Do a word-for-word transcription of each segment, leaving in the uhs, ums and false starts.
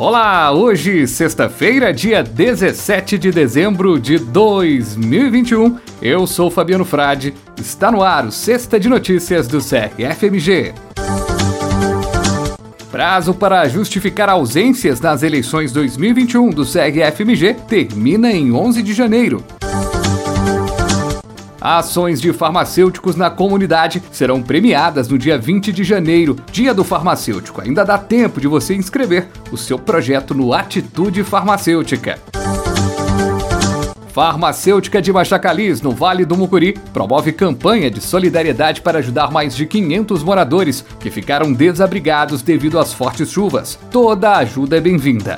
Olá, hoje, sexta-feira, dia dezessete de dezembro de dois mil e vinte e um, eu sou Fabiano Frade, está no ar o Sexta de Notícias do C R F M G. Prazo para justificar ausências nas eleições dois mil e vinte e um do C R F M G termina em onze de janeiro. Ações de farmacêuticos na comunidade serão premiadas no dia vinte de janeiro, dia do farmacêutico. Ainda dá tempo de você inscrever o seu projeto no Atitude Farmacêutica. Farmacêutica de Machacalis, no Vale do Mucuri, promove campanha de solidariedade para ajudar mais de quinhentos moradores que ficaram desabrigados devido às fortes chuvas. Toda a ajuda é bem-vinda.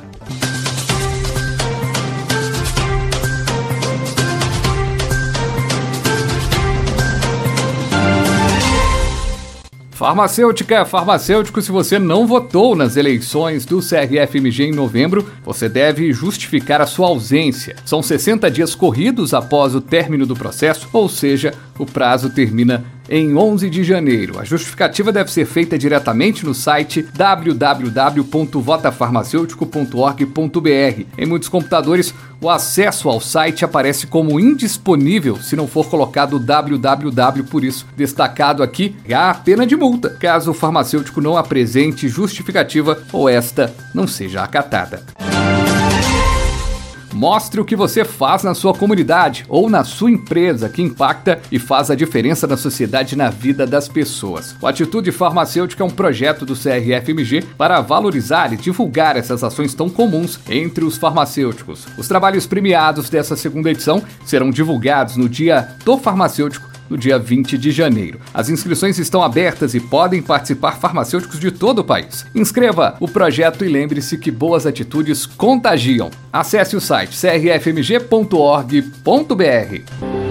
Farmacêutica, farmacêutico, se você não votou nas eleições do C R F M G em novembro, você deve justificar a sua ausência. São sessenta dias corridos após o término do processo, ou seja, o prazo termina em onze de janeiro. A justificativa deve ser feita diretamente no site w w w ponto vota farmacêutico ponto org ponto b r. Em muitos computadores, o acesso ao site aparece como indisponível se não for colocado www, por isso, destacado aqui, há a pena de multa, caso o farmacêutico não apresente justificativa ou esta não seja acatada. Mostre o que você faz na sua comunidade ou na sua empresa que impacta e faz a diferença na sociedade e na vida das pessoas. O Atitude Farmacêutica é um projeto do C R F M G para valorizar e divulgar essas ações tão comuns entre os farmacêuticos. Os trabalhos premiados dessa segunda edição serão divulgados no Dia do Farmacêutico, no dia vinte de janeiro. As inscrições estão abertas e podem participar farmacêuticos de todo o país. Inscreva o projeto e lembre-se que boas atitudes contagiam. Acesse o site c r f m g ponto org ponto b r.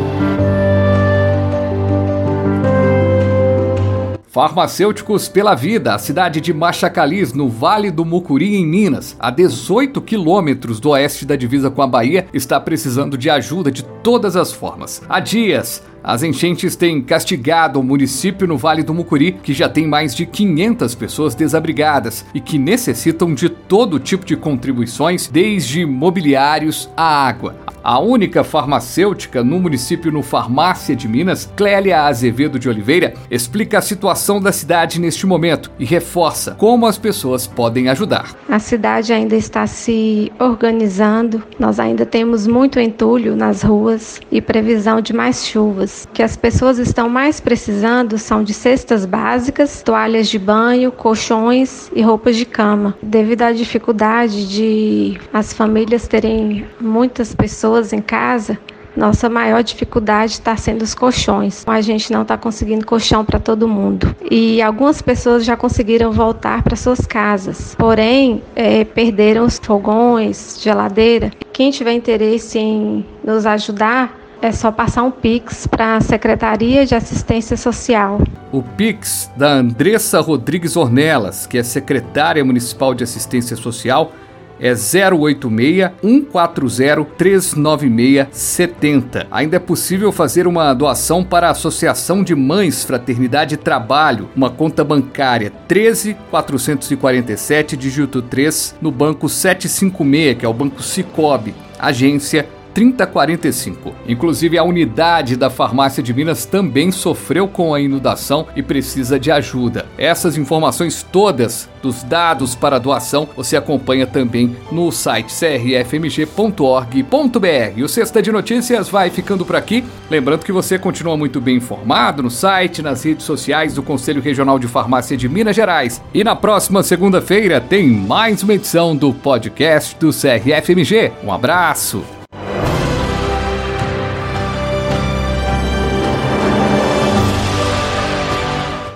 Farmacêuticos pela Vida, a cidade de Machacalis, no Vale do Mucuri, em Minas, a dezoito quilômetros do oeste da divisa com a Bahia, está precisando de ajuda de todas as formas. Há dias, as enchentes têm castigado o município no Vale do Mucuri, que já tem mais de quinhentas pessoas desabrigadas e que necessitam de todo tipo de contribuições, desde mobiliários à água. A única farmacêutica no município, no Farmácia de Minas, Clélia Azevedo de Oliveira, explica a situação da cidade neste momento e reforça como as pessoas podem ajudar. A cidade ainda está se organizando, nós ainda temos muito entulho nas ruas e previsão de mais chuvas. O que as pessoas estão mais precisando são de cestas básicas, toalhas de banho, colchões e roupas de cama. Devido à dificuldade de as famílias terem muitas pessoas em casa, nossa maior dificuldade está sendo os colchões. A gente não está conseguindo colchão para todo mundo. E algumas pessoas já conseguiram voltar para suas casas, porém é, perderam os fogões, geladeira. Quem tiver interesse em nos ajudar, é só passar um Pix para a Secretaria de Assistência Social. O Pix da Andressa Rodrigues Ornelas, que é secretária municipal de Assistência Social, é zero oito seis, um quatro zero, três nove seis, sete zero. Ainda é possível fazer uma doação para a Associação de Mães Fraternidade e Trabalho, uma conta bancária treze quatrocentos e quarenta e sete, dígito três, no banco setecentos e cinquenta e seis, que é o Banco Sicoob, agência trinta quarenta e cinco. Inclusive, a unidade da Farmácia de Minas também sofreu com a inundação e precisa de ajuda. Essas informações todas dos dados para doação você acompanha também no site c r f m g ponto org ponto b r. E o Sexta de Notícias vai ficando por aqui. Lembrando que você continua muito bem informado no site, nas redes sociais do Conselho Regional de Farmácia de Minas Gerais. E na próxima segunda-feira tem mais uma edição do podcast do C R F M G. Um abraço!